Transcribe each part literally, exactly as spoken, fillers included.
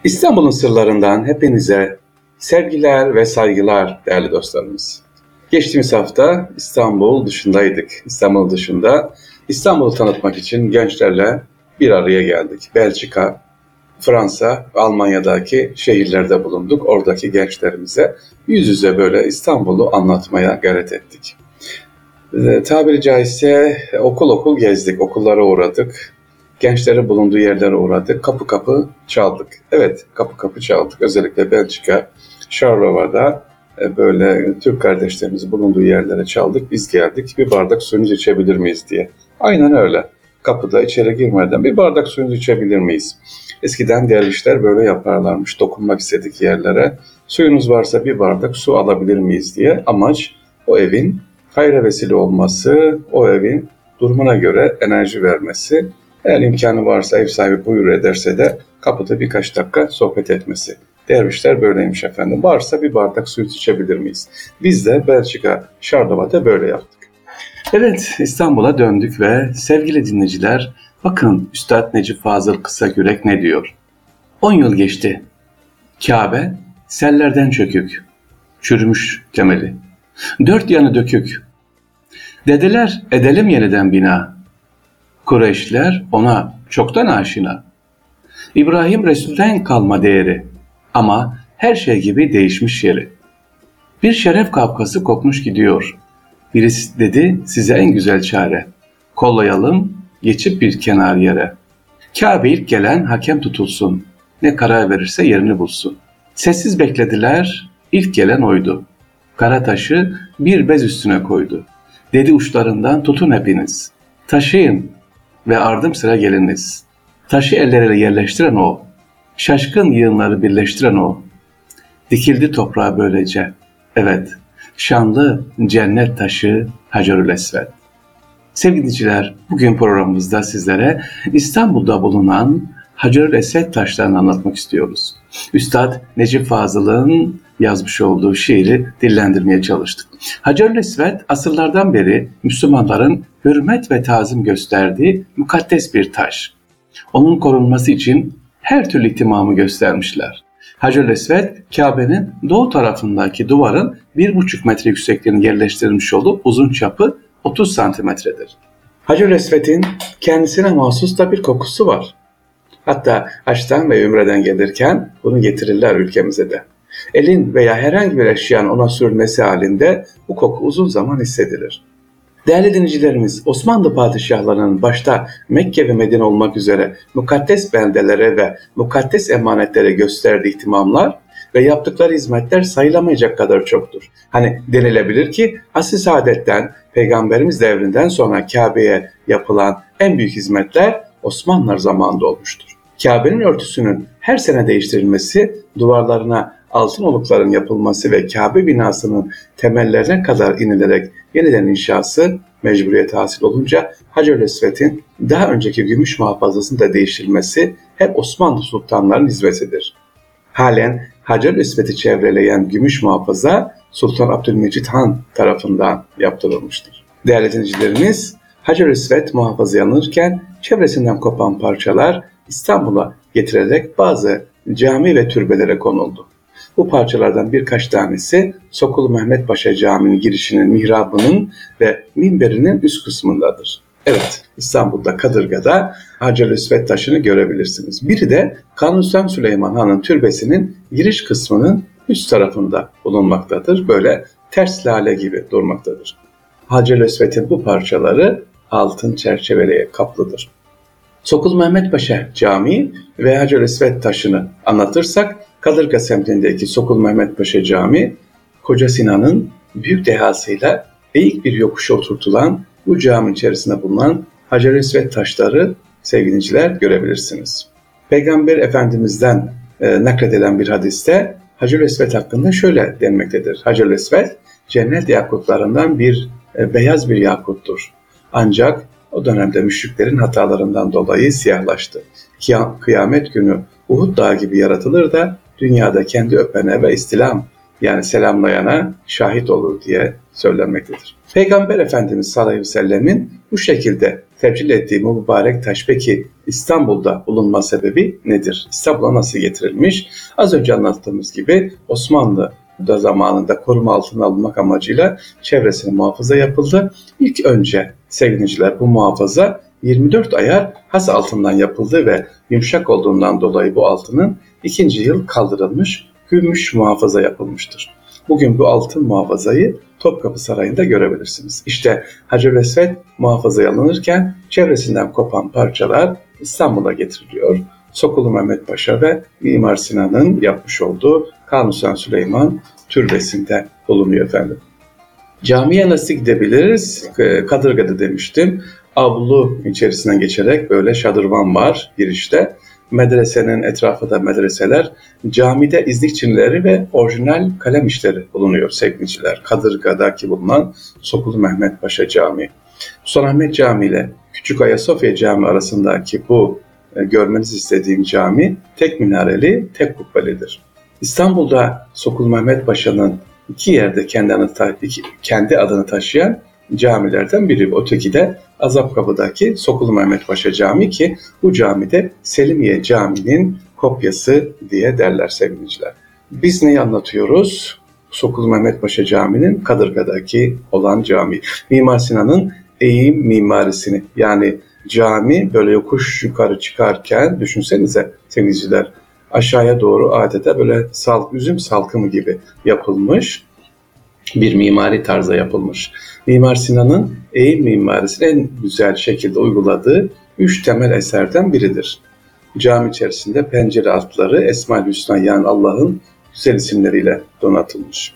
İstanbul'un sırlarından hepinize sevgiler ve saygılar değerli dostlarımız. Geçtiğimiz hafta İstanbul dışındaydık. İstanbul dışında İstanbul'u tanıtmak için gençlerle bir araya geldik. Belçika, Fransa, Almanya'daki şehirlerde bulunduk. Oradaki gençlerimize yüz yüze böyle İstanbul'u anlatmaya gayret ettik. E, tabiri caizse okul okul gezdik, okullara uğradık. Gençlerin bulunduğu yerlere uğradık. Kapı kapı çaldık. Evet, kapı kapı çaldık. Özellikle Belçika, Charleroi böyle Türk kardeşlerimiz bulunduğu yerlere çaldık. Biz geldik. Bir bardak suyunuzu içebilir miyiz diye. Aynen öyle. Kapıda içeri girmeden bir bardak suyunuzu içebilir miyiz? Eskiden dervişler böyle yaparlarmış. Dokunmak istedik yerlere. Suyunuz varsa bir bardak su alabilir miyiz diye. Amaç o evin hayra vesile olması, o evin durumuna göre enerji vermesi. Eğer imkanı varsa ev sahibi buyur ederse de kapıda birkaç dakika sohbet etmesi. Dervişler böyleymiş efendim. Varsa bir bardak su içebilir miyiz? Biz de Belçika, Charleroi böyle yaptık. Evet, İstanbul'a döndük ve sevgili dinleyiciler, bakın Üstad Necip Fazıl Kısakürek ne diyor? on yıl geçti. Kabe sellerden çökük, çürümüş temeli. Dört yanı dökük. Dediler edelim yeniden bina. Kureyşler ona çoktan aşina. İbrahim Resul'den kalma değeri ama her şey gibi değişmiş yeri. Bir şeref kavgası kopmuş gidiyor. Birisi dedi size en güzel çare. Kollayalım geçip bir kenar yere. Kabe ilk gelen hakem tutulsun. Ne karar verirse yerini bulsun. Sessiz beklediler, ilk gelen oydu. Kara taşı bir bez üstüne koydu. Dedi uçlarından tutun hepiniz. Taşıyın ve ardım sıra geliniz. Taşı elleriyle yerleştiren o. Şaşkın yığınları birleştiren o. Dikildi toprağa böylece. Evet, şanlı cennet taşı Hacerül Esved. Sevgili dinleyiciler, bugün programımızda sizlere İstanbul'da bulunan Hacerül Esved taşlarını anlatmak istiyoruz. Üstad Necip Fazıl'ın yazmış olduğu şiiri dillendirmeye çalıştık. Hacerül Esved asırlardan beri Müslümanların hürmet ve tazim gösterdiği mukaddes bir taş. Onun korunması için her türlü ihtimamı göstermişler. Hacerül Esved, Kabe'nin doğu tarafındaki duvarın bir buçuk metre yüksekliğine yerleştirilmiş olup uzun çapı otuz santimetredir. Hacerül Esved'in kendisine mahsus da bir kokusu var. Hatta haçtan ve ümreden gelirken bunu getirirler ülkemize de. Elin veya herhangi bir eşyanın ona sürülmesi halinde bu koku uzun zaman hissedilir. Değerli dinleyicilerimiz, Osmanlı padişahlarının başta Mekke ve Medine olmak üzere mukaddes beldelere ve mukaddes emanetlere gösterdiği ihtimamlar ve yaptıkları hizmetler sayılamayacak kadar çoktur. Hani denilebilir ki asr-ı saadetten, Peygamberimiz devrinden sonra Kabe'ye yapılan en büyük hizmetler Osmanlılar zamanında olmuştur. Kabe'nin örtüsünün her sene değiştirilmesi, duvarlarına altın olukların yapılması ve Kabe binasının temellerine kadar inilerek yeniden inşası mecburiyet hasıl olunca Hacerül Esved'in daha önceki gümüş muhafazasının da değiştirilmesi hep Osmanlı sultanlarının hizmetidir. Halen Hacerül Esved'i çevreleyen gümüş muhafaza Sultan Abdülmecid Han tarafından yaptırılmıştır. Değerli dinleyicilerimiz, Hacerül Esved muhafaza yanırken çevresinden kopan parçalar İstanbul'a getirilerek bazı cami ve türbelere konuldu. Bu parçalardan birkaç tanesi Sokulu Mehmet Paşa Camii'nin girişinin mihrabının ve minberinin üst kısmındadır. Evet, İstanbul'da Kadırga'da Hacerül Esved taşını görebilirsiniz. Biri de Kanuni Sultan Süleyman Han'ın türbesinin giriş kısmının üst tarafında bulunmaktadır. Böyle ters lale gibi durmaktadır. Hacerül Esved'in bu parçaları altın çerçeveleye kaplıdır. Sokulu Mehmet Paşa Camii ve Hacerül Esved taşını anlatırsak, Kadırga semtindeki Sokulu Mehmet Paşa Camii, Koca Sinan'ın büyük dehasıyla eğik bir yokuşa oturtulan bu caminin içerisinde bulunan Hacerül Esved taşları sevgili dinleyiciler görebilirsiniz. Peygamber Efendimiz'den e, nakledilen bir hadiste Hacerül Esved hakkında şöyle denmektedir. Hacerül Esved cennet yakutlarından bir e, beyaz bir yakuttur. Ancak o dönemde müşriklerin hatalarından dolayı siyahlaştı. Kıyamet günü Uhud Dağı gibi yaratılır da dünyada kendi öpene ve istilam yani selamlayana şahit olur diye söylenmektedir. Peygamber Efendimiz sallallahu aleyhi ve sellemin bu şekilde tebcil ettiği bu mübarek taş peki İstanbul'da bulunma sebebi nedir? İstanbul'a nasıl getirilmiş? Az önce anlattığımız gibi Osmanlı da zamanında koruma altına alınmak amacıyla çevresine muhafaza yapıldı. İlk önce sevgiliciler bu muhafaza yirmi dört ayar has altından yapıldı ve yumuşak olduğundan dolayı bu altının ikinci yıl kaldırılmış, gümüş muhafaza yapılmıştır. Bugün bu altın muhafazayı Topkapı Sarayı'nda görebilirsiniz. İşte Hacer-ül Esved muhafazaya alınırken çevresinden kopan parçalar İstanbul'a getiriliyor. Sokulu Mehmet Paşa ve Mimar Sinan'ın yapmış olduğu Kanuni Sultan Süleyman Türbesi'nde bulunuyor efendim. Camiye nasıl gidebiliriz? Kadırga'da demiştim. Avlu içerisinden geçerek böyle şadırvan var girişte. Medresenin etrafı da medreseler. Camide izlik çinileri ve orijinal kalem işleri bulunuyor sevgiliciler. Kadırga'daki bulunan Sokulu Mehmet Paşa Camii. Sultanahmet Camii ile Küçük Ayasofya Camii arasındaki bu e, görmenizi istediğim cami tek minareli, tek kubbelidir. İstanbul'da Sokulu Mehmet Paşa'nın iki yerde kendi adını, kendi adını taşıyan camilerden biri. Öteki de Azapkapı'daki Sokulu Mehmet Paşa Camii ki bu camide Selimiye Camii'nin kopyası diye derler sevgiliciler. Biz neyi anlatıyoruz? Sokulu Mehmet Paşa Camii'nin Kadırga'daki olan cami. Mimar Sinan'ın eğim mimarisini, yani cami böyle yokuş yukarı çıkarken düşünsenize sevgiliciler, aşağıya doğru adeta böyle sal, üzüm salkımı gibi yapılmış bir mimari tarza yapılmış. Mimar Sinan'ın eğim mimarisini en güzel şekilde uyguladığı üç temel eserden biridir. Cami içerisinde pencere altları Esma-ül Hüsna, yani Allah'ın güzel isimleriyle donatılmış.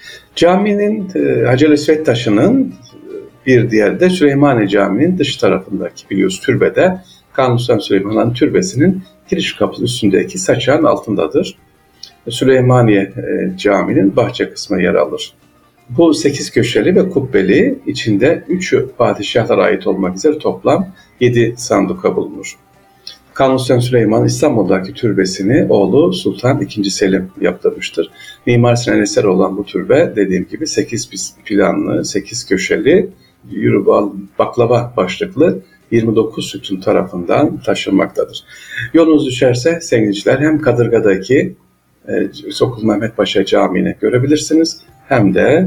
Caminin e, Hacer-ül Esved taşının bir diğeri de Süleymaniye Camii'nin dış tarafındaki biliyoruz türbede Kanuni Sultan Süleyman'ın türbesinin giriş kapısının üstündeki saçağın altındadır. Süleymaniye e, Camii'nin bahçe kısmı yer alır. Bu sekiz köşeli ve kubbeli, içinde üç padişahlara ait olmak üzere toplam yedi sanduka bulunur. Kanuni Sultan Süleyman İstanbul'daki türbesini oğlu Sultan ikinci. Selim yaptırmıştır. Mimar Sinan eseri olan bu türbe dediğim gibi sekiz planlı, sekiz köşeli, yürü baklava başlıklı yirmi dokuz sütun tarafından taşınmaktadır. Yolunuz düşerse sevgiliciler hem Kadırga'daki e, Sokulu Mehmet Paşa Camii'ni görebilirsiniz, hem de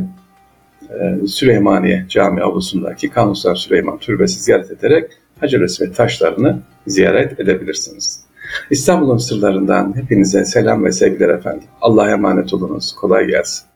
e, Süleymaniye Cami avlusundaki Kanuni Sultan Süleyman Türbesi ziyaret ederek Hacer-ül Esved taşlarını ziyaret edebilirsiniz. İstanbul'un sırlarından hepinize selam ve sevgiler efendim. Allah'a emanet olunuz. Kolay gelsin.